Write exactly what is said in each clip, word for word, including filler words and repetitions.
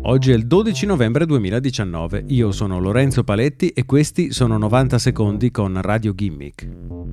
Oggi è il dodici novembre duemiladiciannove, io sono Lorenzo Paletti e questi sono novanta secondi con Radio Gimmick.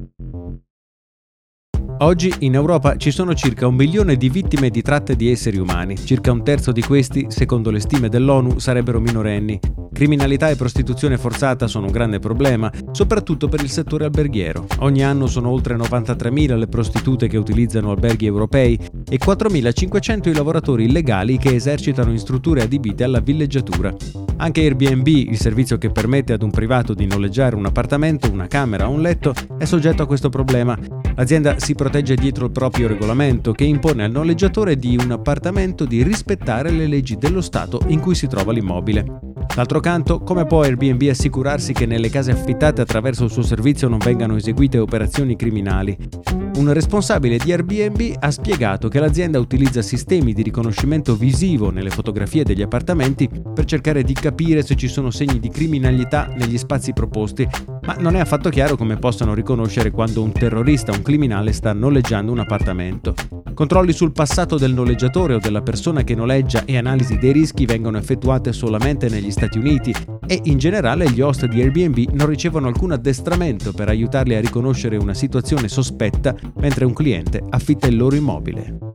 Oggi in Europa ci sono circa un milione di vittime di tratte di esseri umani. Circa un terzo di questi, secondo le stime dell'ONU, sarebbero minorenni. Criminalità e prostituzione forzata sono un grande problema, soprattutto per il settore alberghiero. Ogni anno sono oltre novantatremila le prostitute che utilizzano alberghi europei e quattromilacinquecento i lavoratori illegali che esercitano in strutture adibite alla villeggiatura. Anche Airbnb, il servizio che permette ad un privato di noleggiare un appartamento, una camera o un letto, è soggetto a questo problema. L'azienda si protegge dietro il proprio regolamento che impone al noleggiatore di un appartamento di rispettare le leggi dello Stato in cui si trova l'immobile. D'altro canto, come può Airbnb assicurarsi che nelle case affittate attraverso il suo servizio non vengano eseguite operazioni criminali? Un responsabile di Airbnb ha spiegato che l'azienda utilizza sistemi di riconoscimento visivo nelle fotografie degli appartamenti per cercare di capire se ci sono segni di criminalità negli spazi proposti, ma non è affatto chiaro come possano riconoscere quando un terrorista o un criminale sta noleggiando un appartamento. Controlli sul passato del noleggiatore o della persona che noleggia e analisi dei rischi vengono effettuate solamente negli Stati Uniti e in generale gli host di Airbnb non ricevono alcun addestramento per aiutarli a riconoscere una situazione sospetta mentre un cliente affitta il loro immobile.